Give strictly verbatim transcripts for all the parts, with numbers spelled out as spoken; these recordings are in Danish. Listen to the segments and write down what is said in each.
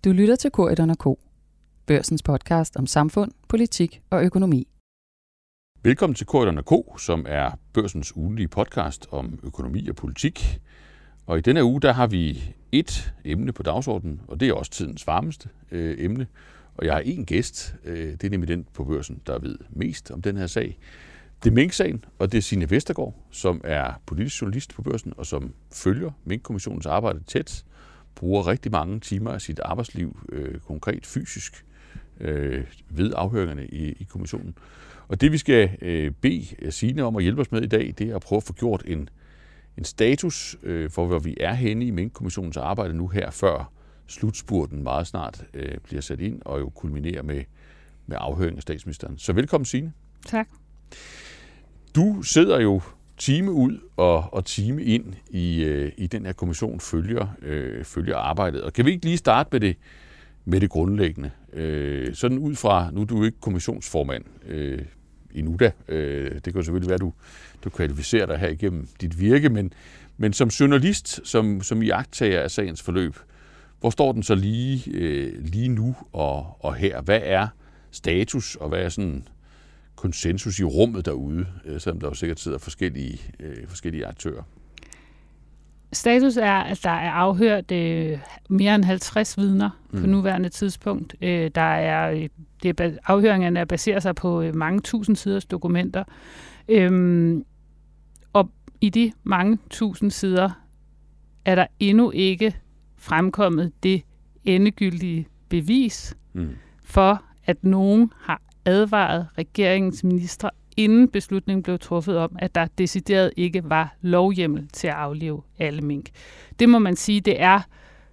Du lytter til Corydon og Co., Børsens podcast om samfund, politik og økonomi. Velkommen til Corydon og Co., som er Børsens ugentlige podcast om økonomi og politik. Og i denne uge, der har vi et emne på dagsordenen, og det er også tidens varmeste øh, emne. Og jeg har en gæst, øh, det er nemlig den på Børsen, der ved mest om den her sag. Det er Mink-sagen, og det er Signe Vestergaard, som er politisk journalist på Børsen, og som følger Mink-kommissionens arbejde tæt, bruger rigtig mange timer af sit arbejdsliv, øh, konkret fysisk, øh, ved afhøringerne i, i kommissionen. Og det vi skal øh, bede Signe om at hjælpe os med i dag, det er at prøve at få gjort en, en status øh, for, hvor vi er henne i Mink-kommissionens arbejde nu her, før slutspurten meget snart øh, bliver sat ind og jo kulminerer med, med afhøring af statsministeren. Så velkommen, Signe. Tak. Du sidder jo time ud og, og time ind i, øh, i den her kommission, følger, øh, følger arbejdet. Og kan vi ikke lige starte med det, med det grundlæggende? Øh, sådan ud fra, nu er du ikke kommissionsformand øh, endnu da. Øh, det kan jo selvfølgelig være, at du, du kvalificerer dig her igennem dit virke, men, men som journalist, som, som iagttager af sagens forløb, hvor står den så lige, øh, lige nu og, og her? Hvad er status, og hvad er sådan konsensus i rummet derude, selvom der jo sikkert sidder forskellige, øh, forskellige aktører? Status er, at der er afhørt øh, mere end halvtreds vidner mm. på nuværende tidspunkt. Øh, der er, det er, afhøringerne baserer sig på øh, mange tusind siders dokumenter. Øhm, og i de mange tusind sider er der endnu ikke fremkommet det endegyldige bevis mm. for, at nogen har advaret regeringens ministre, inden beslutningen blev truffet om, at der decideret ikke var lovhjemmel til at aflive alle mink. Det må man sige, det er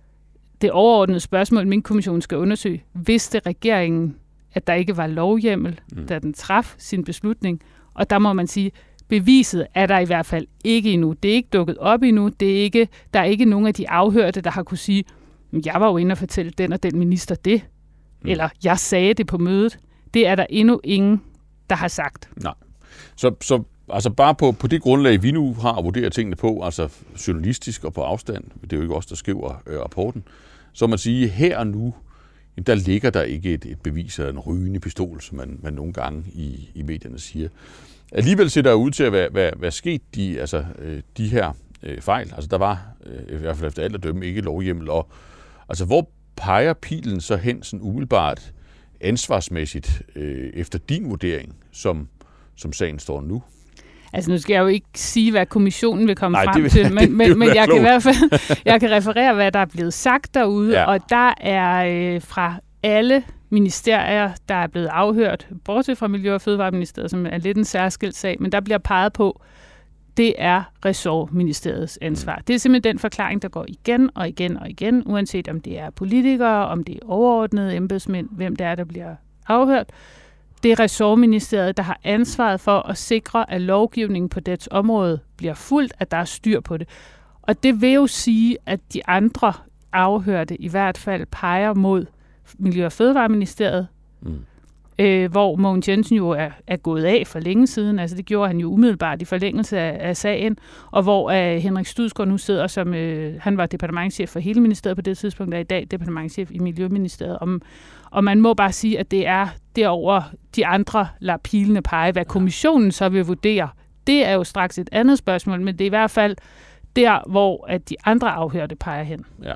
det overordnede spørgsmål, Mink-kommissionen skal undersøge. Vidste regeringen, at der ikke var lovhjemmel, mm. da den traf sin beslutning? Og der må man sige, beviset er der i hvert fald ikke endnu. Det er ikke dukket op endnu. Det er ikke, der er ikke nogen af de afhørte, der har kunne sige, jeg var jo inde og fortælle den og den minister det. Mm. Eller jeg sagde det på mødet. Det er der endnu ingen, der har sagt. Nej. Så, så altså bare på, på det grundlag, vi nu har at vurdere tingene på, altså journalistisk og på afstand, det er jo ikke os, der skriver øh, rapporten, så man siger, her og nu, jamen, der ligger der ikke et, et bevis af en rygende pistol, som man, man nogle gange i, i medierne siger. Alligevel ser der ud til at være, være, være sket de, altså, øh, de her øh, fejl. Altså der var, øh, i hvert fald efter alt at dømme, ikke lovhjemmel. Og, altså hvor peger pilen så hen sådan umiddelbart ansvarsmæssigt øh, efter din vurdering, som, som sagen står nu? Altså nu skal jeg jo ikke sige, hvad kommissionen vil komme Nej, frem det, til, det, men, det men, men jeg klogt. kan i hvert fald jeg kan referere, hvad der er blevet sagt derude, ja. Og der er øh, fra alle ministerier, der er blevet afhørt, bortset fra Miljø- og Fødevareministeriet, som er lidt en særskilt sag, men der bliver peget på, det er ressortministeriets ansvar. Det er simpelthen den forklaring, der går igen og igen og igen, uanset om det er politikere, om det er overordnede embedsmænd, hvem det er, der bliver afhørt. Det er ressortministeriet, der har ansvaret for at sikre, at lovgivningen på dets område bliver fuldt, at der er styr på det. Og det vil jo sige, at de andre afhørte i hvert fald peger mod Miljø- og Fødevareministeriet, mm. øh, hvor Mogens Jensen jo er, er gået af for længe siden. Altså det gjorde han jo umiddelbart i forlængelse af, af sagen, og hvor øh, Henrik Studsgaard nu sidder som, øh, han var departementschef for hele ministeriet på det tidspunkt, og i dag departementschef i Miljøministeriet. Om, og man må bare sige, at det er derover de andre lader pilene pege. Hvad kommissionen så vil vurdere, det er jo straks et andet spørgsmål, men det er i hvert fald der, hvor at de andre afhørte peger hen. Ja.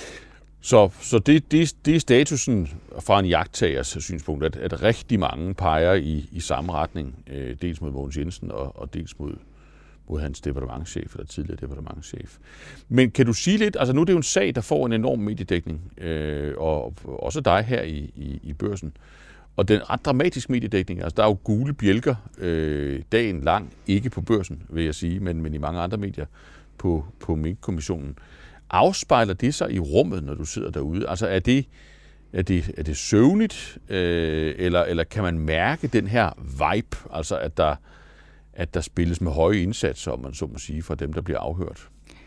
Så, så det, det, det er statusen fra en jagttagers synspunkt, at, at rigtig mange peger i, i samme retning, øh, dels mod Mogens Jensen og, og dels mod, mod hans departementschef, eller tidligere departementschef. Men kan du sige lidt, altså nu er det jo en sag, der får en enorm mediedækning, øh, og også dig her i, i, i Børsen, og den ret dramatisk mediedækning, altså der er jo gule bjælker øh, dagen lang, ikke på Børsen, vil jeg sige, men, men i mange andre medier på, på Mink-kommissionen. Afspejler det sig i rummet, når du sidder derude? Altså er det, er det, er det søvnigt, øh, eller, eller kan man mærke den her vibe, altså at der, at der spilles med høje indsatser, om man så må sige, fra dem, der bliver afhørt?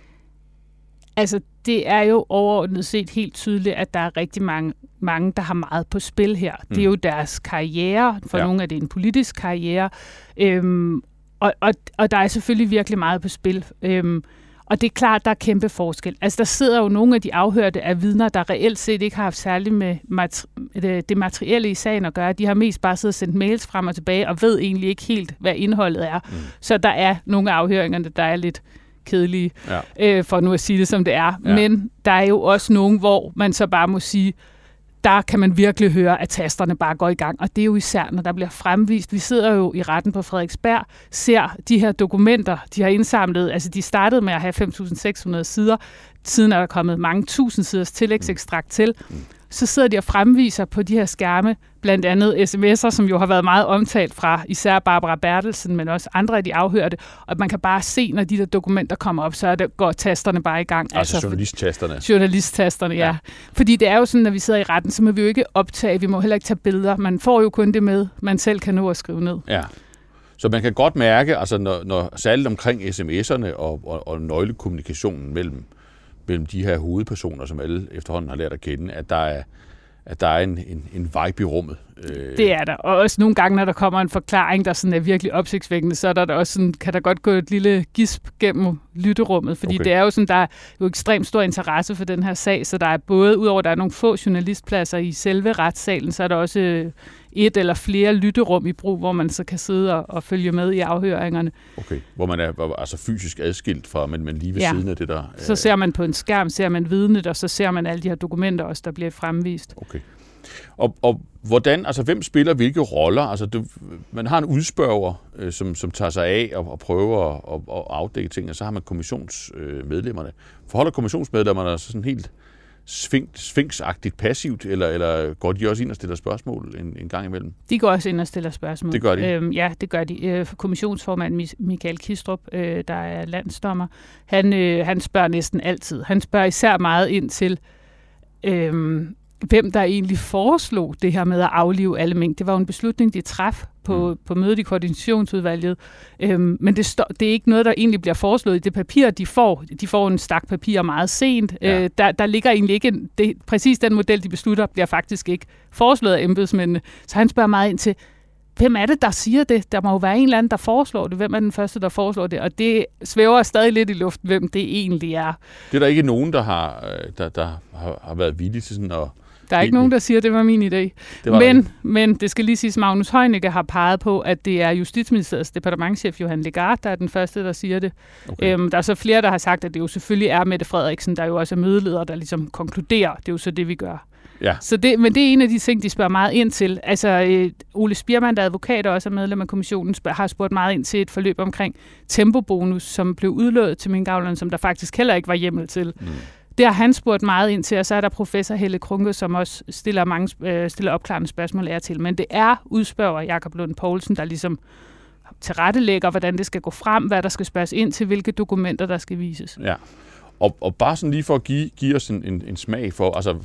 Altså det er jo overordnet set helt tydeligt, at der er rigtig mange, mange der har meget på spil her. Mm. Det er jo deres karriere, for ja. Nogle er det en politisk karriere, øhm, og, og, og der er selvfølgelig virkelig meget på spil. Øhm, Og det er klart, der er kæmpe forskel. Altså, der sidder jo nogle af de afhørte af vidner, der reelt set ikke har haft særligt med materi- det, det materielle i sagen at gøre. De har mest bare siddet og sendt mails frem og tilbage, og ved egentlig ikke helt, hvad indholdet er. Mm. Så der er nogle af afhøringerne, der er lidt kedelige, ja. øh, for nu at sige det, som det er. Ja. Men der er jo også nogle, hvor man så bare må sige, der kan man virkelig høre, at tasterne bare går i gang. Og det er jo især, når der bliver fremvist. Vi sidder jo i retten på Frederiksberg, ser de her dokumenter, de har indsamlet. Altså, de startede med at have fem tusind seks hundrede sider. Siden er der kommet mange tusind siders tillægsekstrakt til. Så sidder de og fremviser på de her skærme, blandt andet sms'er, som jo har været meget omtalt fra især Barbara Bertelsen, men også andre af de afhørte. Og man kan bare se, når de der dokumenter kommer op, så er det, går tasterne bare i gang. Altså, altså journalisttasterne. Journalisttasterne, ja. ja. Fordi det er jo sådan, når vi sidder i retten, så må vi jo ikke optage, vi må heller ikke tage billeder. Man får jo kun det med, man selv kan nå at skrive ned. Ja. Så man kan godt mærke, altså når, når særligt omkring sms'erne og, og, og nøglekommunikationen mellem mellem de her hovedpersoner, som alle efterhånden har lært at kende, at der er, at der er en, en, en vibe i rummet. Det er der. Og også nogle gange, når der kommer en forklaring, der sådan er virkelig opsigtsvækkende, så er der, der også sådan, kan der godt gå et lille gisp gennem lytterummet, fordi okay. det er jo sådan, der er jo ekstremt stor interesse for den her sag, så der er både, udover at der er nogle få journalistpladser i selve retssalen, så er der også et eller flere lytterum i brug, hvor man så kan sidde og, og følge med i afhøringerne. Okay, hvor man er altså fysisk adskilt fra, men, men lige ved ja. siden af det der. Så ser man på en skærm, ser man vidnet, og så ser man alle de her dokumenter også, der bliver fremvist. Okay. Og, og hvordan, altså hvem spiller hvilke roller? Altså det, man har en udspørger, øh, som, som tager sig af og, og prøver at, at afdække ting, og så har man kommissionsmedlemmerne. Forholder kommissionsmedlemmerne sig sådan helt sfinksagtigt passivt, eller, eller går de også ind og stiller spørgsmål en, en gang imellem? De går også ind og stiller spørgsmål. Det gør de? Øhm, ja, det gør de. Øh, kommissionsformand Michael Kistrup, øh, der er landsdommer, han, øh, han spørger næsten altid. Han spørger især meget ind til, øh, hvem der egentlig foreslog det her med at aflive alle mink. Det var jo en beslutning, de traf på, mm. på mødet i koordinationsudvalget. Øhm, men det, står, det er ikke noget, der egentlig bliver foreslået i det papir, de får. De får en stak papir meget sent. Ja. Øh, der, der ligger egentlig ikke... En, det, præcis den model, de beslutter, bliver faktisk ikke foreslået af embedsmændene. Så han spørger meget ind til, hvem er det, der siger det? Der må jo være en eller anden, der foreslår det. Hvem er den første, der foreslår det? Og det svæver stadig lidt i luften, hvem det egentlig er. Det er der ikke nogen, der har, der, der har, har været villige til sådan at... Der er ikke nogen, der siger, at det var min idé. Det var men, det. men det skal lige siges, Magnus Heunicke har peget på, at det er Justitsministeriets departementschef Johan Legarth, der er den første, der siger det. Okay. Øhm, der er så flere, der har sagt, at det jo selvfølgelig er Mette Frederiksen, der jo også er mødeleder, der ligesom konkluderer. Det er jo så det, vi gør. Ja. Så det, men det er en af de ting, de spørger meget ind til. Altså, øh, Ole Spiermann, der er advokat og også er medlem af kommissionen, spørger, har spurgt meget ind til et forløb omkring tempobonus, som blev udløjet til minkavlerne, som der faktisk heller ikke var hjemmel til. Mm. Det har han spurgt meget ind til, og så er der professor Helle Krunke, som også stiller, mange, øh, stiller opklarende spørgsmål af til. Men det er udspørger Jakob Lund Poulsen, der ligesom tilrettelægger, hvordan det skal gå frem, hvad der skal spørges ind til, hvilke dokumenter, der skal vises. Ja, og, og bare sådan lige for at give, give os en, en, en smag for, altså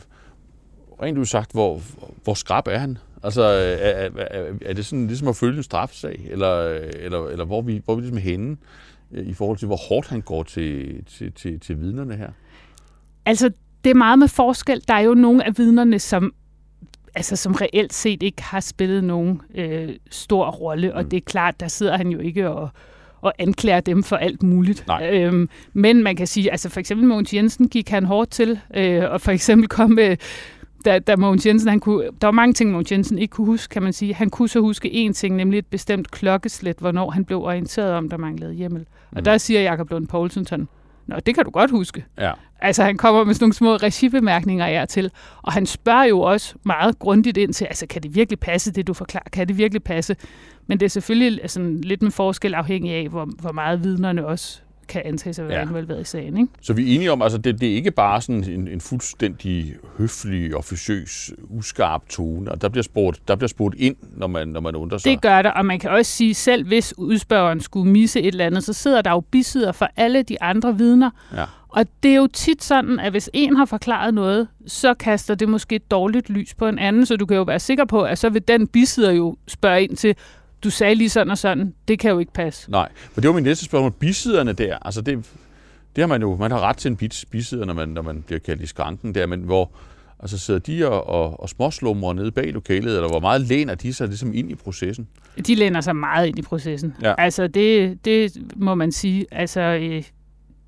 rent udsagt, hvor, hvor skrap er han? Altså, er, er, er det sådan ligesom at følge en straffesag, eller, eller, eller hvor vi, hvor vi ligesom er henne i forhold til, hvor hårdt han går til, til, til, til vidnerne her? Altså, det er meget med forskel. Der er jo nogle af vidnerne, som, altså, som reelt set ikke har spillet nogen øh, stor rolle, og mm. det er klart, der sidder han jo ikke og, og anklager dem for alt muligt. Øhm, men man kan sige, altså for eksempel Mogens Jensen gik han hårdt til, øh, og for eksempel kom med, da, da Mogens Jensen, han kunne, der var mange ting, Mogens Jensen ikke kunne huske, kan man sige. Han kunne så huske én ting, nemlig et bestemt klokkeslæt, hvornår han blev orienteret om, der manglede hjemmel. Mm. Og der siger Jakob Lund Poulsen sådan, nå, det kan du godt huske. Ja. Altså, han kommer med sådan nogle små regibemærkninger af til, og han spørger jo også meget grundigt ind til, altså, kan det virkelig passe, det du forklarer? Kan det virkelig passe? Men det er selvfølgelig altså, lidt med forskel afhængig af, hvor, hvor meget vidnerne også kan antages at være ja. involveret i sagen, ikke? Så vi er enige om, altså, det, det er ikke bare sådan en, en fuldstændig høflig, officiøs, uskarp tone, og der bliver spurgt, der bliver spurgt ind, når man, når man undrer sig. Det gør der, og man kan også sige, selv hvis udspørgeren skulle misse et eller andet, så sidder der jo bisider for alle de andre vidner. Ja. Og det er jo tit sådan, at hvis en har forklaret noget, så kaster det måske et dårligt lys på en anden, så du kan jo være sikker på, at så vil den bisider jo spørge ind til, du sagde lige sådan og sådan, det kan jo ikke passe. Nej, for det var min næste spørgsmål. Bisiderne der, altså det, det har man jo, man har ret til en bisider, når man, når man bliver kaldt i skranken der, men hvor altså sidder de og, og, og småslumrer nede bag lokalet, eller hvor meget læner de sig ligesom ind i processen? De læner sig meget ind i processen. Ja. Altså det, det må man sige, altså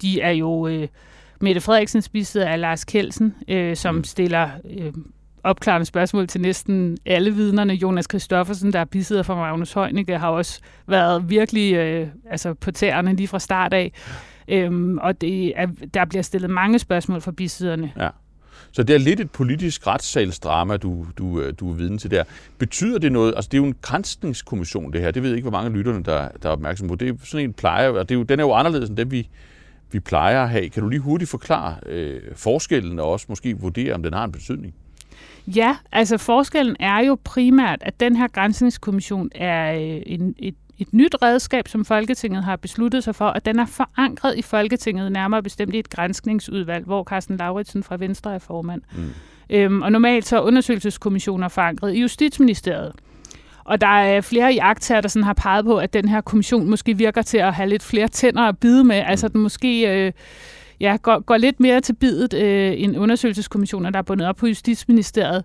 de er jo øh, Mette Frederiksens bisidder af Lars Kjeldsen, øh, som mm. stiller øh, opklarende spørgsmål til næsten alle vidnerne. Jonas Christoffersen, der er bisidder for Magnus Heunicke, har også været virkelig øh, altså på tæerne lige fra start af. Øhm, og det er, der bliver stillet mange spørgsmål fra bisidderne. Ja. Så det er lidt et politisk retssalsdrama, du, du, du er viden til der. Betyder det noget? Altså, det er jo en granskningskommission, det her. Det ved jeg ikke, hvor mange af lytterne, der, der er opmærksom på. Det er sådan en plejer, og det er jo, den er jo anderledes end den, vi, vi plejer at have. Kan du lige hurtigt forklare øh, forskellen, og også måske vurdere, om den har en betydning? Ja, altså forskellen er jo primært, at den her granskningskommission er øh, en, et et nyt redskab, som Folketinget har besluttet sig for, og den er forankret i Folketinget, nærmere bestemt i et granskningsudvalg, hvor Karsten Lauritsen fra Venstre er formand. Mm. Øhm, og normalt så er undersøgelseskommissioner forankret i Justitsministeriet. Og der er flere iagttagere, der sådan har peget på, at den her kommission måske virker til at have lidt flere tænder at bide med. Mm. Altså den måske øh, ja, går, går lidt mere til bidet øh, end undersøgelseskommissioner, der er bundet op på Justitsministeriet.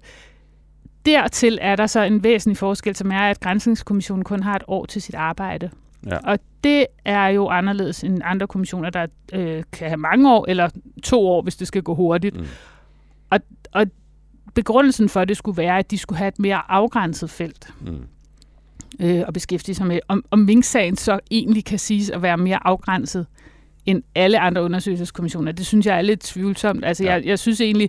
Dertil er der så en væsentlig forskel, som er, at granskningskommissionen kun har et år til sit arbejde. Ja. Og det er jo anderledes end andre kommissioner, der øh, kan have mange år, eller to år, hvis det skal gå hurtigt. Mm. Og, og begrundelsen for det skulle være, at de skulle have et mere afgrænset felt mm. øh, og beskæftige sig med, om, om Mink-sagen så egentlig kan siges at være mere afgrænset end alle andre undersøgelseskommissioner. Det synes jeg er lidt tvivlsomt. Altså, ja. jeg, jeg synes egentlig,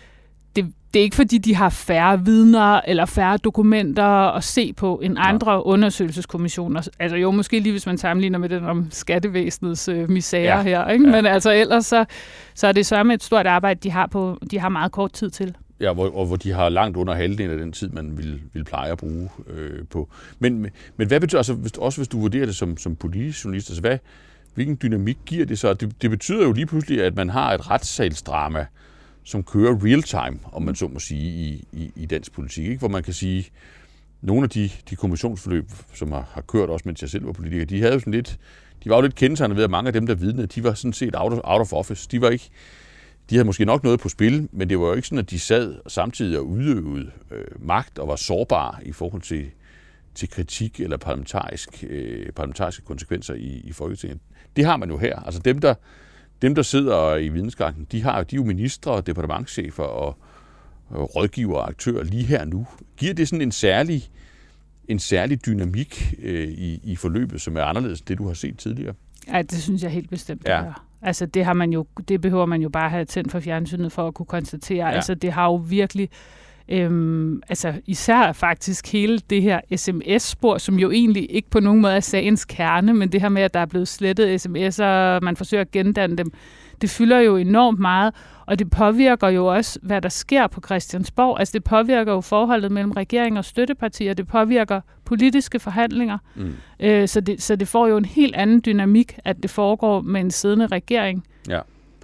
det Det er ikke, fordi de har færre vidner eller færre dokumenter at se på end andre ja. undersøgelseskommissioner. Altså jo, måske lige hvis man sammenligner med den om skattevæsenets øh, misære ja. her. Ikke? Ja. Men altså ellers så, så er det så med et stort arbejde, de har, på, de har meget kort tid til. Ja, hvor, og hvor de har langt under halvdelen af den tid, man vil, vil pleje at bruge øh, på. Men, men hvad betyder, altså, hvis, også hvis du vurderer det som, som politisk journalist, altså hvad, hvilken dynamik giver det så? Det, det betyder jo lige pludselig, at man har et retssalsdrama, som kører real time, om man så må sige, i, i, i dansk politik. Ikke? Hvor man kan sige, nogle af de, de kommissionsforløb, som har, har kørt også, mens jeg selv var politiker, de havde jo sådan lidt, de var jo lidt kendetegnet ved, at mange af dem, der vidnede, de var sådan set out of, out of office. De var ikke, de havde måske nok noget på spil, men det var jo ikke sådan, at de sad samtidig og udøvede øh, magt og var sårbare i forhold til, til kritik eller parlamentarisk, øh, parlamentariske konsekvenser i, i Folketinget. Det har man jo her. Altså dem, der Dem, der sidder i vidensskranken, de, har, de er jo ministre, departementschefer og, og rådgivere og aktører lige her nu. Giver det sådan en særlig, en særlig dynamik øh, i, i forløbet, som er anderledes end det, du har set tidligere? Ja, det synes jeg helt bestemt, det ja. er. Altså, det, har man jo, det behøver man jo bare have tændt for fjernsynet for at kunne konstatere. Ja. Altså, det har jo virkelig... Øhm, altså især faktisk hele det her sms-spor, som jo egentlig ikke på nogen måde er sagens kerne, men det her med, at der er blevet slettet sms'er, man forsøger at gendanne dem, det fylder jo enormt meget, og det påvirker jo også, hvad der sker på Christiansborg. Altså det påvirker jo forholdet mellem regering og støttepartier, det påvirker politiske forhandlinger, mm. øh, så, det, så det får jo en helt anden dynamik, at det foregår med en siddende regering. Ja.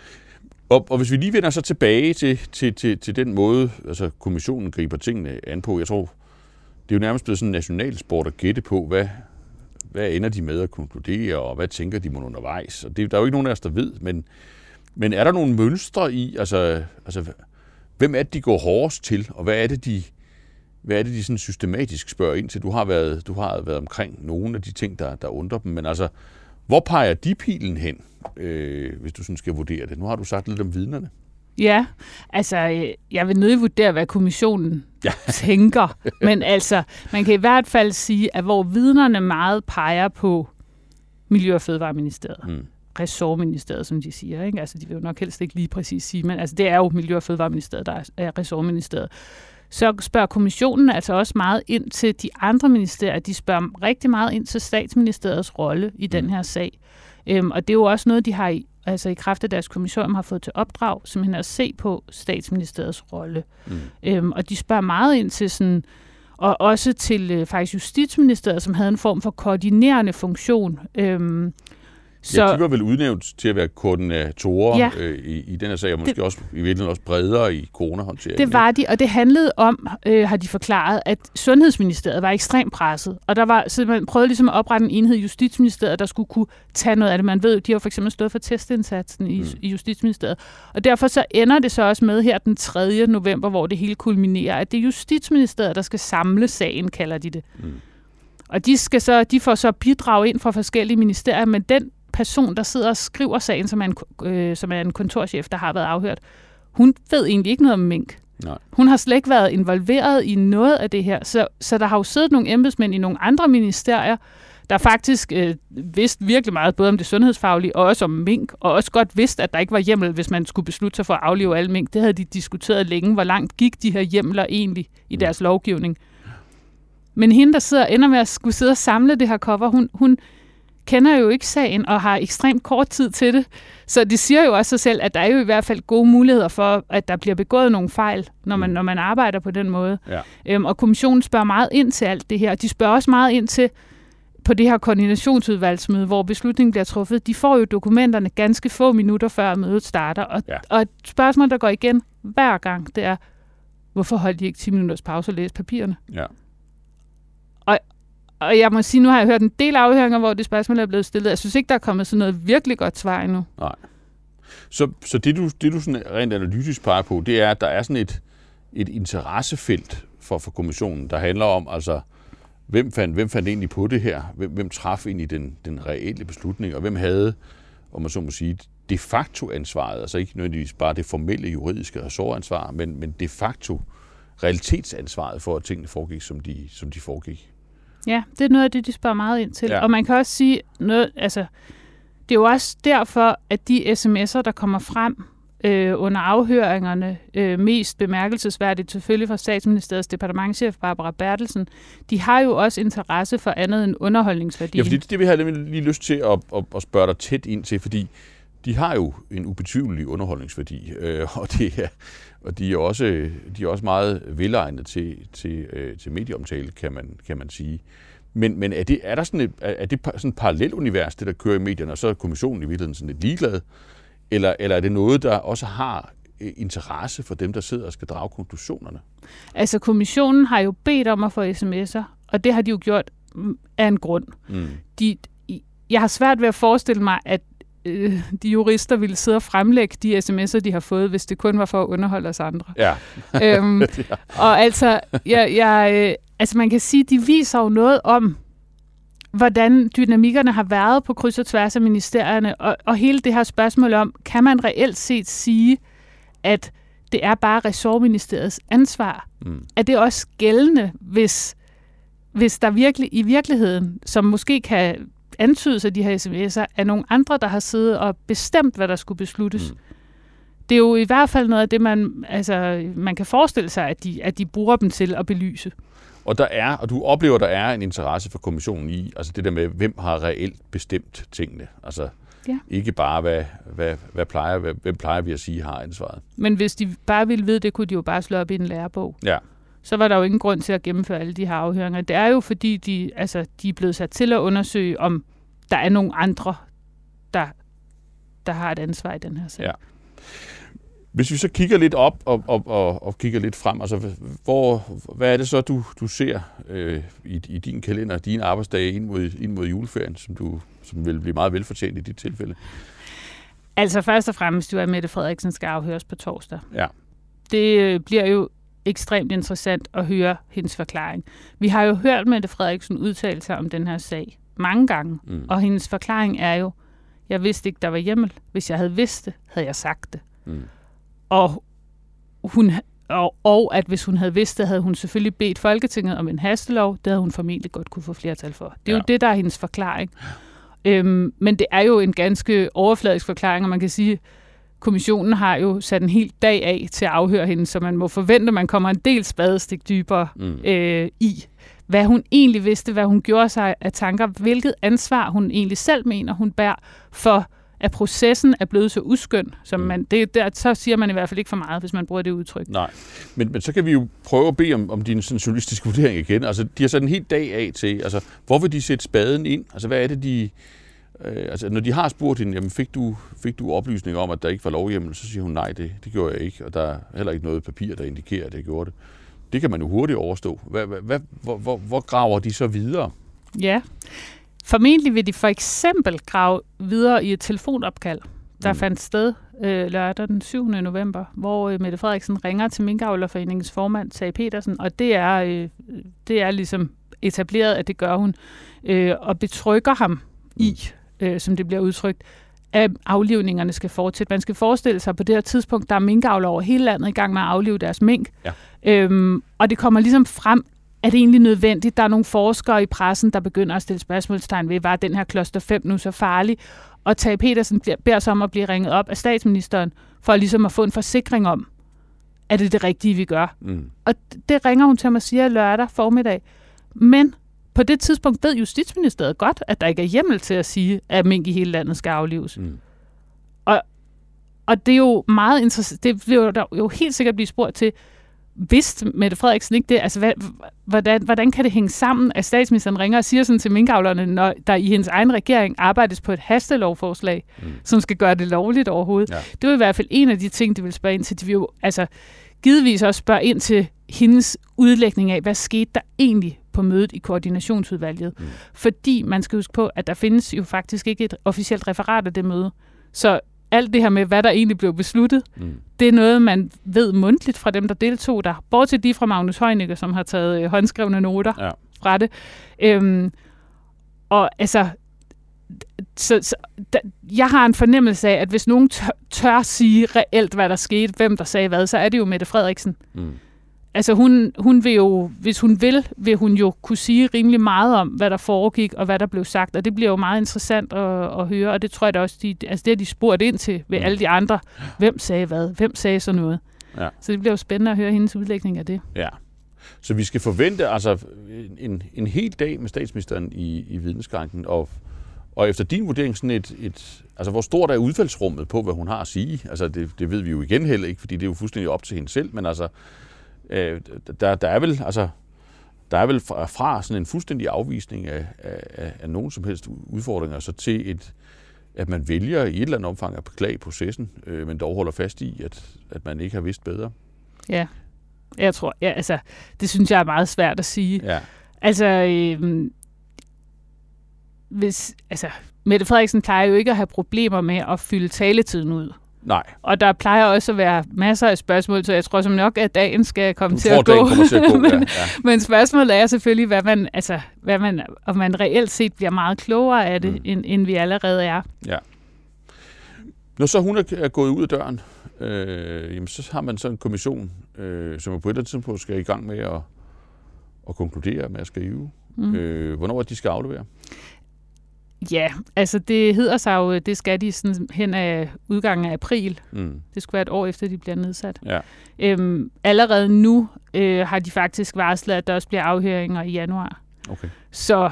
Og, og hvis vi lige vender så tilbage til, til, til, til den måde, altså kommissionen griber tingene an på, jeg tror, det er jo nærmest blevet sådan en nationalsport at gætte på, hvad, hvad ender de med at konkludere, og hvad tænker de må undervejs. Og det, der er jo ikke nogen af os, der ved, men, men er der nogle mønstre i, altså, altså hvem er det, de går hårdest til, og hvad er det, de, hvad er det, de sådan systematisk spørger ind til? Du har været, du har været omkring nogle af de ting, der, der undrer dem, men altså, hvor peger de pilen hen, øh, hvis du sådan skal vurdere det? Nu har du sagt lidt om vidnerne. Ja, altså, jeg vil nødig vurdere, hvad kommissionen ja. tænker, men altså, man kan i hvert fald sige, at hvor vidnerne meget peger på Miljø- og Fødevareministeriet, mm. Ressortministeriet, som de siger, ikke? Altså, de vil jo nok helst ikke lige præcis sige, men altså, det er jo Miljø- og Fødevareministeriet, der er Ressortministeriet. Så spørger kommissionen altså også meget ind til de andre ministerier. De spørger rigtig meget ind til statsministeriets rolle i den her sag. Øhm, og det er jo også noget, de har i, altså i kraft af deres kommission har fået til opdrag, simpelthen at se på statsministeriets rolle. Mm. Øhm, og de spørger meget ind til sådan, og også til øh, faktisk Justitsministeriet, som havde en form for koordinerende funktion. Øhm, Så, ja, de var vel udnævnt til at være koordinatorer ja, øh, i, i den her sag, og måske det, også i virkeligheden også bredere i coronahåndteringen. Det var de, og det handlede om, øh, har de forklaret, at Sundhedsministeriet var ekstremt presset, og der var, så man prøvede ligesom at oprette en enhed i Justitsministeriet, der skulle kunne tage noget af det. Man ved, de har for eksempel stået for testindsatsen i, mm. i Justitsministeriet, og derfor så ender det så også med her den tredje november, hvor det hele kulminerer, at det er Justitsministeriet, der skal samle sagen, kalder de det. Mm. Og de, skal så, de får så bidrag ind fra forskellige ministerier, men den person, der sidder og skriver sagen, som er en, øh, som er en kontorchef, der har været afhørt, hun ved egentlig ikke noget om mink. Nej. Hun har slet ikke været involveret i noget af det her. Så, så der har jo siddet nogle embedsmænd i nogle andre ministerier, der faktisk øh, vidste virkelig meget, både om det sundhedsfaglige og også om mink, og også godt vidste, at der ikke var hjemmel, hvis man skulle beslutte sig for at aflive alle mink. Det havde de diskuteret længe, hvor langt gik de her hjemler egentlig i deres lovgivning. Men hende, der sidder ender med at skulle sidde og samle det her cover, hun, hun kender jo ikke sagen og har ekstremt kort tid til det. Så det siger jo også sig selv, at der er jo i hvert fald gode muligheder for, at der bliver begået nogle fejl, når man, mm. når man arbejder på den måde. Ja. Øhm, og kommissionen spørger meget ind til alt det her. De spørger også meget ind til, på det her koordinationsudvalgsmøde, hvor beslutningen bliver truffet, de får jo dokumenterne ganske få minutter før mødet starter. Og, ja. og et spørgsmål, der går igen hver gang, det er, hvorfor holdt de ikke ti minutters pause og læse papirerne? Ja. Og, og jeg må sige, nu har jeg hørt en del afhøringer, hvor det spørgsmål er blevet stillet. Jeg synes ikke, der er kommet sådan noget virkelig godt svar endnu. Nej. Så, så det, du, det, du sådan rent analytisk peger på, det er, at der er sådan et, et interessefelt for, for kommissionen, der handler om, altså, hvem fandt, hvem fandt egentlig på det her? Hvem, hvem traf egentlig den, den reelle beslutning? Og hvem havde, om man så må sige, de facto ansvaret? Altså ikke nødvendigvis bare det formelle juridiske ressortansvar, men, men de facto realitetsansvaret for, at tingene foregik, som de, som de foregik. Ja, det er noget af det, de spørger meget ind til. Ja. Og man kan også sige noget, altså, det er jo også derfor, at de sms'er, der kommer frem øh, under afhøringerne, øh, mest bemærkelsesværdigt selvfølgelig fra Statsministeriets departementschef Barbara Bertelsen, de har jo også interesse for andet end underholdningsværdi. Ja, fordi det, det vil jeg have lige lyst til at, at, at spørge dig tæt ind til, fordi de har jo en ubetvivlelig underholdningsværdi, øh, og, det er, og de er også, de er også meget velegnet til, til, øh, til medieomtale, kan man, kan man sige. Men, men er, det, er der sådan et, er det sådan et parallelunivers, det der kører i medierne, og så er kommissionen i virkeligheden sådan lidt ligeglad? Eller, eller er det noget, der også har interesse for dem, der sidder og skal drage konklusionerne? Altså, kommissionen har jo bedt om at få sms'er, og det har de jo gjort af en grund. Mm. De, jeg har svært ved at forestille mig, at øh, de jurister ville sidde og fremlægge de sms'er, de har fået, hvis det kun var for at underholde os andre. Ja. øhm, ja. Og altså, jeg, jeg, øh, altså, man kan sige, de viser jo noget om, hvordan dynamikkerne har været på kryds og tværs af ministerierne, og, og hele det her spørgsmål om, kan man reelt set sige, at det er bare ressortministeriets ansvar? Mm. Er det også gældende, hvis, hvis der virkelig i virkeligheden, som måske kan antydes af de her sms'er, er nogle andre, der har siddet og bestemt, hvad der skulle besluttes? Mm. Det er jo i hvert fald noget af det, man, altså, man kan forestille sig, at de, at de bruger dem til at belyse. Og der er, og du oplever, der er en interesse for kommissionen i, altså det der med, hvem har reelt bestemt tingene. Altså ja. Ikke bare, hvad, hvad, hvad plejer, hvad, hvem plejer vi at sige har ansvaret. Men hvis de bare ville vide det, kunne de jo bare slå op i en lærebog. Ja. Så var der jo ingen grund til at gennemføre alle de her afhøringer. Det er jo fordi, de, altså, de er blevet sat til at undersøge, om der er nogle andre, der, der har et ansvar i den her sag. Ja. Hvis vi så kigger lidt op og, og, og, og kigger lidt frem, altså hvor, hvad er det så, du, du ser øh, i, i din kalender, dine arbejdsdage ind mod, ind mod juleferien, som, du, som vil blive meget velfortjent i dit tilfælde? Altså først og fremmest, jo at Mette Frederiksen skal afhøres på torsdag. Ja. Det øh, bliver jo ekstremt interessant at høre hendes forklaring. Vi har jo hørt Mette Frederiksen udtale sig om den her sag mange gange, mm. og hendes forklaring er jo, jeg vidste ikke, der var hjemmel. Hvis jeg havde vidst det, havde jeg sagt det. Mm. Og, hun, og, og at hvis hun havde vidst det, havde hun selvfølgelig bedt Folketinget om en hastelov. Det havde hun formentlig godt kunne få flertal for. Det er ja. jo det, der er hendes forklaring. Øhm, men det er jo en ganske overfladisk forklaring, og man kan sige, kommissionen har jo sat en hel dag af til at afhøre hende, så man må forvente, at man kommer en del spadestik dybere mm. øh, i, hvad hun egentlig vidste, hvad hun gjorde sig af tanker, hvilket ansvar hun egentlig selv mener, hun bærer for, at processen er blevet så uskøn, som man, det, der, så siger man i hvert fald ikke for meget, hvis man bruger det udtryk. Nej, men, men så kan vi jo prøve at bede om, om din sådan, journalistiske vurdering igen. Altså, de har sat en hel dag af til, altså, hvor vil de sætte spaden ind? Altså, hvad er det, de... Øh, altså, når de har spurgt hende, jamen, fik du, fik du oplysninger om, at der ikke var lovhjemmel, så siger hun, nej, det, det gjorde jeg ikke, og der er heller ikke noget papir, der indikerer, at jeg gjorde det. Det kan man jo hurtigt overstå. Hvad, hvad, hvor, hvor, hvor graver de så videre? Ja, formentlig vil de for eksempel grave videre i et telefonopkald, der mm. fandt sted øh, lørdag den syvende november, hvor øh, Mette Frederiksen ringer til Minkavlerforeningens formand, Tage Petersen, og det er, øh, det er ligesom etableret, at det gør hun, øh, og betrykker ham mm. i, øh, som det bliver udtrykt, at aflivningerne skal fortsætte. Man skal forestille sig, på det her tidspunkt, der er minkavlere over hele landet i gang med at aflive deres mink. Ja. Øhm, og det kommer ligesom frem, at det egentlig nødvendigt. Der er nogle forskere i pressen, der begynder at stille spørgsmålstegn ved, var den her kloster fem nu så farlig? Og Tage Petersen beder sig om at blive ringet op af statsministeren, for ligesom at få en forsikring om, at det er det rigtige, vi gør. Mm. Og det ringer hun til mig og siger lørdag formiddag. Men på det tidspunkt ved Justitsministeriet godt, at der ikke er hjemmel til at sige, at mink i hele landet skal aflives. Mm. Og, og det er jo meget interessant. Det vil jo, der jo helt sikkert blive spurgt til, vidste Mette Frederiksen ikke det? Altså, hvad, hvordan, hvordan kan det hænge sammen, at statsministeren ringer og siger sådan til minkavlerne, når der i hendes egen regering arbejdes på et hastelovforslag, mm. som skal gøre det lovligt overhovedet? Ja. Det var i hvert fald en af de ting, de vil spørge ind til. De vil jo altså givetvis også spørge ind til hendes udlægning af, hvad skete der egentlig på mødet i koordinationsudvalget. Mm. Fordi man skal huske på, at der findes jo faktisk ikke et officielt referat af det møde. Så alt det her med, hvad der egentlig blev besluttet, mm. det er noget, man ved mundtligt fra dem, der deltog der. Bortset de fra Magnus Heunicke, som har taget øh, håndskrevne noter ja. fra det. Øhm, og altså, så, så, da, jeg har en fornemmelse af, at hvis nogen tør, tør sige reelt, hvad der skete, hvem der sagde hvad, så er det jo Mette Frederiksen. Mm. Altså hun, hun vil jo, hvis hun vil, vil hun jo kunne sige rimelig meget om, hvad der foregik og hvad der blev sagt, og det bliver jo meget interessant at, at høre, og det tror jeg da også, de, altså det har de spurgt ind til ved alle de andre. Hvem sagde hvad? Hvem sagde så noget? Ja. Så det bliver jo spændende at høre hendes udlægning af det. Ja, så vi skal forvente altså en, en hel dag med statsministeren i, i vidneskranken, og, og efter din vurdering sådan et, et, altså hvor stort er udfaldsrummet på, hvad hun har at sige? Altså det, det ved vi jo igen heller ikke, fordi det er jo fuldstændig op til hende selv, men altså Der, der er vel altså der er vel fra, fra sådan en fuldstændig afvisning af, af, af nogen som helst udfordringer så til et at man vælger i et eller andet omfang at beklage processen, øh, men dog holder fast i at at man ikke har vidst bedre. Ja, jeg tror, ja, altså det synes jeg er meget svært at sige. Ja. Altså øh, hvis altså Mette Frederiksen plejer jo ikke at have problemer med at fylde taletiden ud. Nej. Og der plejer også at være masser af spørgsmål, så jeg tror som nok, at dagen skal komme du til tror, at gå. Dagen kommer til at gå, men, ja, ja. men spørgsmålet er selvfølgelig, hvad man, altså, hvad man, om man reelt set bliver meget klogere af det, mm. end, end vi allerede er. Ja. Når så hun er gået ud af døren, øh, jamen, så har man så en kommission, øh, som på et eller andet tidspunkt skal i gang med at, at konkludere med at skrive. Mm. Øh, hvornår er de skal aflevere? Ja, altså det hedder sig jo, det skal de sådan hen af udgangen af april. Mm. Det skulle være et år efter, de bliver nedsat. Ja. Øhm, allerede nu øh, har de faktisk varslet, at der også bliver afhøringer i januar. Okay. Så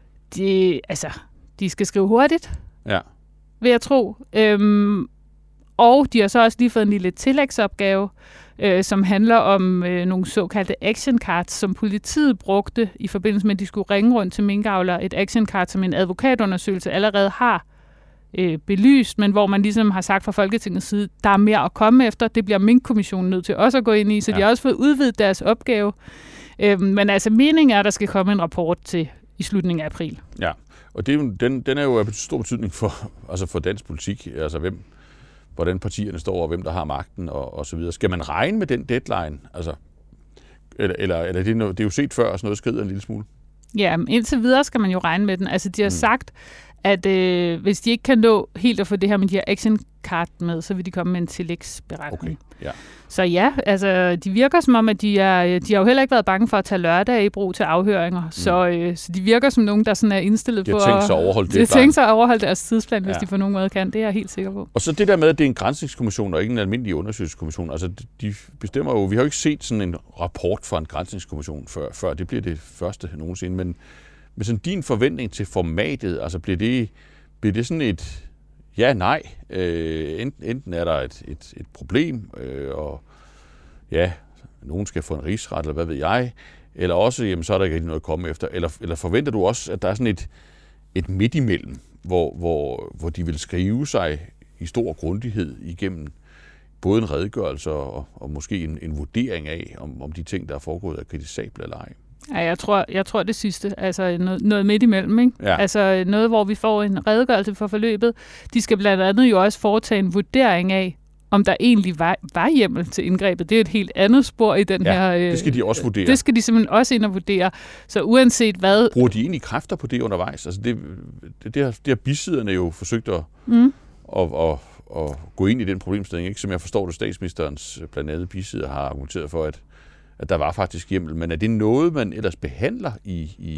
de, altså, de skal skrive hurtigt, ja. vil jeg tro. Øhm, og de har så også lige fået en lille tillægsopgave, øh, som handler om øh, nogle såkaldte action cards, som politiet brugte i forbindelse med, at de skulle ringe rundt til minkavlere. Et action card, som en advokatundersøgelse allerede har øh, belyst, men hvor man ligesom har sagt fra Folketingets side, der er mere at komme efter. Det bliver Minkkommissionen nødt til også at gå ind i, så ja. de har også fået udvidet deres opgave. Øh, men altså meningen er, at der skal komme en rapport til i slutningen af april. Ja, og det er jo, den, den er jo af stor betydning for, altså for dansk politik, altså hvem hvordan partierne står, og hvem der har magten, og, og så videre. Skal man regne med den deadline? Altså, eller, eller, eller det, er noget, det er jo set før, og sådan noget skrider en lille smule? Ja, indtil videre skal man jo regne med den. Altså, de har mm. sagt, at øh, hvis de ikke kan nå helt at få det her med de her action card med, så vil de komme med en tillægsberetning. Okay. Ja. Så ja, altså, de virker som om, at de, er, de har jo heller ikke været bange for at tage lørdag i brug til afhøringer. Mm. Så, øh, så de virker som nogen, der sådan er indstillet de på at... De har tænkt sig at overholde det. De har tænkt sig at overholde deres tidsplan, hvis ja. de på nogen måde kan. Det er jeg helt sikker på. Og så det der med, at det er en granskningskommission og ikke en almindelig undersøgelseskommission. Altså, de bestemmer jo... Vi har jo ikke set sådan en rapport fra en granskningskommission før. før. Det bliver det første nogensinde. Men med sådan din forventning til formatet, altså bliver det, bliver det sådan et... Ja, nej. Øh, enten, enten er der et, et, et problem, øh, og ja, nogen skal få en rigsret, eller hvad ved jeg, eller også, jamen, så er der ikke rigtig noget at komme efter. Eller, eller forventer du også, at der er sådan et, et midt imellem, hvor, hvor, hvor de vil skrive sig i stor grundighed igennem både en redegørelse og, og måske en, en vurdering af, om, om de ting, der er foregået, er kritisable eller ej? Ja, jeg tror, jeg tror det sidste. Altså noget, noget midt imellem, ikke? Ja. Altså noget, hvor vi får en redegørelse for forløbet. De skal blandt andet jo også foretage en vurdering af, om der egentlig var, var hjemmel til indgrebet. Det er et helt andet spor i den ja, her... Øh, det skal de også vurdere. Det skal de simpelthen også ind og vurdere. Så uanset hvad... Bruger de egentlig kræfter på det undervejs? Altså det, det, det, har, det har bisiderne jo forsøgt at, mm. at, at, at gå ind i den problemstilling, ikke? Som jeg forstår det, statsministerens blandt andet bisider har argumenteret for, at, at der var faktisk hjemmel. Men er det noget, man ellers behandler i, i,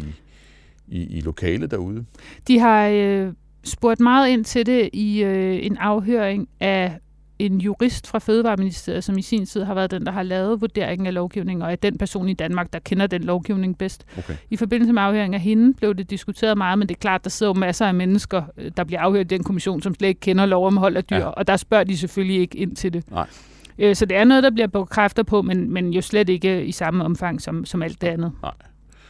i, i lokalet derude? De har øh, spurgt meget ind til det i øh, en afhøring af en jurist fra Fødevareministeriet, som i sin tid har været den, der har lavet vurderingen af lovgivningen, og er den person i Danmark, der kender den lovgivning bedst. Okay. I forbindelse med afhøringen af hende blev det diskuteret meget, men det er klart, der sidder jo masser af mennesker, der bliver afhørt i den kommission, som slet ikke kender lov om hold af dyr, ja. Og der spørger de selvfølgelig ikke ind til det. Nej. Så det er noget, der bliver bekræftet på, men, men jo slet ikke i samme omfang som, som alt det andet. Nej.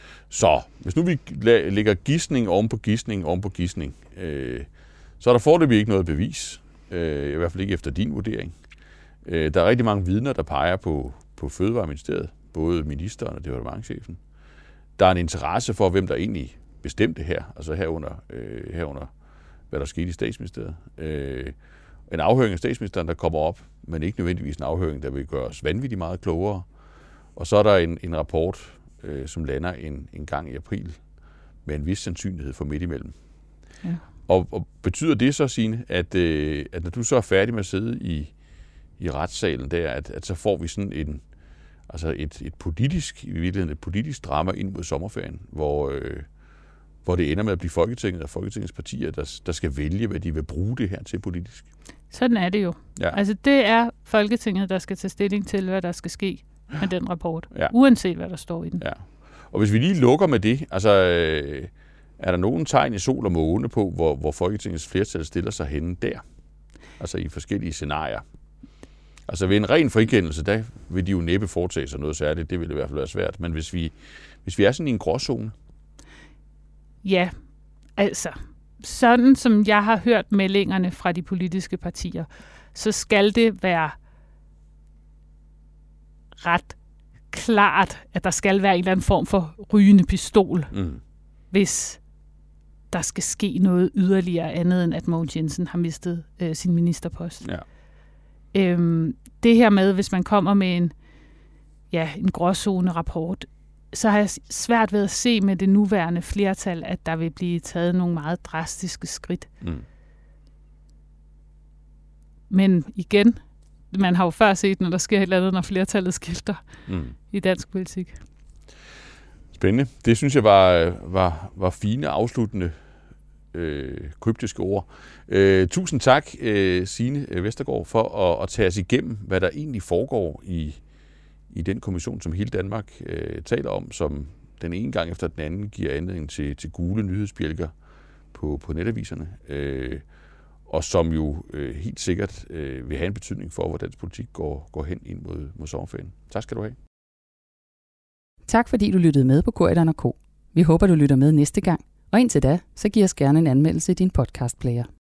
Så, hvis nu vi lægger gidsning oven på gidsning oven på gidsning, øh, så er der foreløbig ikke noget bevis. I hvert fald ikke efter din vurdering. Der er rigtig mange vidner, der peger på, på Fødevareministeriet, både ministeren og departementschefen. Der er en interesse for, hvem der egentlig bestemte her, altså herunder, øh, herunder hvad der skete i statsministeriet. Øh, en afhøring af statsministeren, der kommer op, men ikke nødvendigvis en afhøring, der vil gøre os vanvittigt meget klogere. Og så er der en, en rapport, øh, som lander en, en gang i april, med en vis sandsynlighed for midt imellem. Ja. Og, og betyder det så, Signe, at, øh, at når du så er færdig med at sidde i, i retssalen der, at, at så får vi sådan en, altså et, et politisk, i virkeligheden et politisk drama ind mod sommerferien, hvor, øh, hvor det ender med at blive Folketinget og Folketingets partier, der, der skal vælge, hvad de vil bruge det her til politisk? Sådan er det jo. Ja. Altså det er Folketinget, der skal tage stilling til, hvad der skal ske med den rapport, ja. Uanset hvad der står i den. Ja. Og hvis vi lige lukker med det, altså... Øh, er der nogen tegn i sol og måne på, hvor, hvor Folketingets flertal stiller sig henne der? Altså i forskellige scenarier. Altså ved en ren frikendelse, der vil de jo næppe foretage sig noget særligt. Det vil i hvert fald være svært. Men hvis vi, hvis vi er sådan i en gråzone? Ja, altså. Sådan som jeg har hørt meldingerne fra de politiske partier, så skal det være ret klart, at der skal være en eller anden form for rygende pistol, mm. hvis der skal ske noget yderligere andet, end at Mogens Jensen har mistet øh, sin ministerpost. Ja. Øhm, det her med, hvis man kommer med en, ja, en gråzone-rapport, så har jeg svært ved at se med det nuværende flertal, at der vil blive taget nogle meget drastiske skridt. Mm. Men igen, man har jo før set, når der sker et eller andet, når flertallet skifter mm. i dansk politik. Spændende. Det synes jeg var, var, var fine, afsluttende, øh, kryptiske ord. Øh, tusind tak, øh, Signe Vestergaard, for at, at tage os igennem, hvad der egentlig foregår i, i den kommission, som hele Danmark øh, taler om, som den ene gang efter den anden giver anledning til, til gule nyhedsbjælker på, på netaviserne, øh, og som jo øh, helt sikkert øh, vil have en betydning for, hvor dansk politik går, går hen ind mod, mod sommerferien. Tak skal du have. Tak fordi du lyttede med på Corydon og Co. Vi håber, du lytter med næste gang. Og indtil da, så giv os gerne en anmeldelse i din podcastplayer.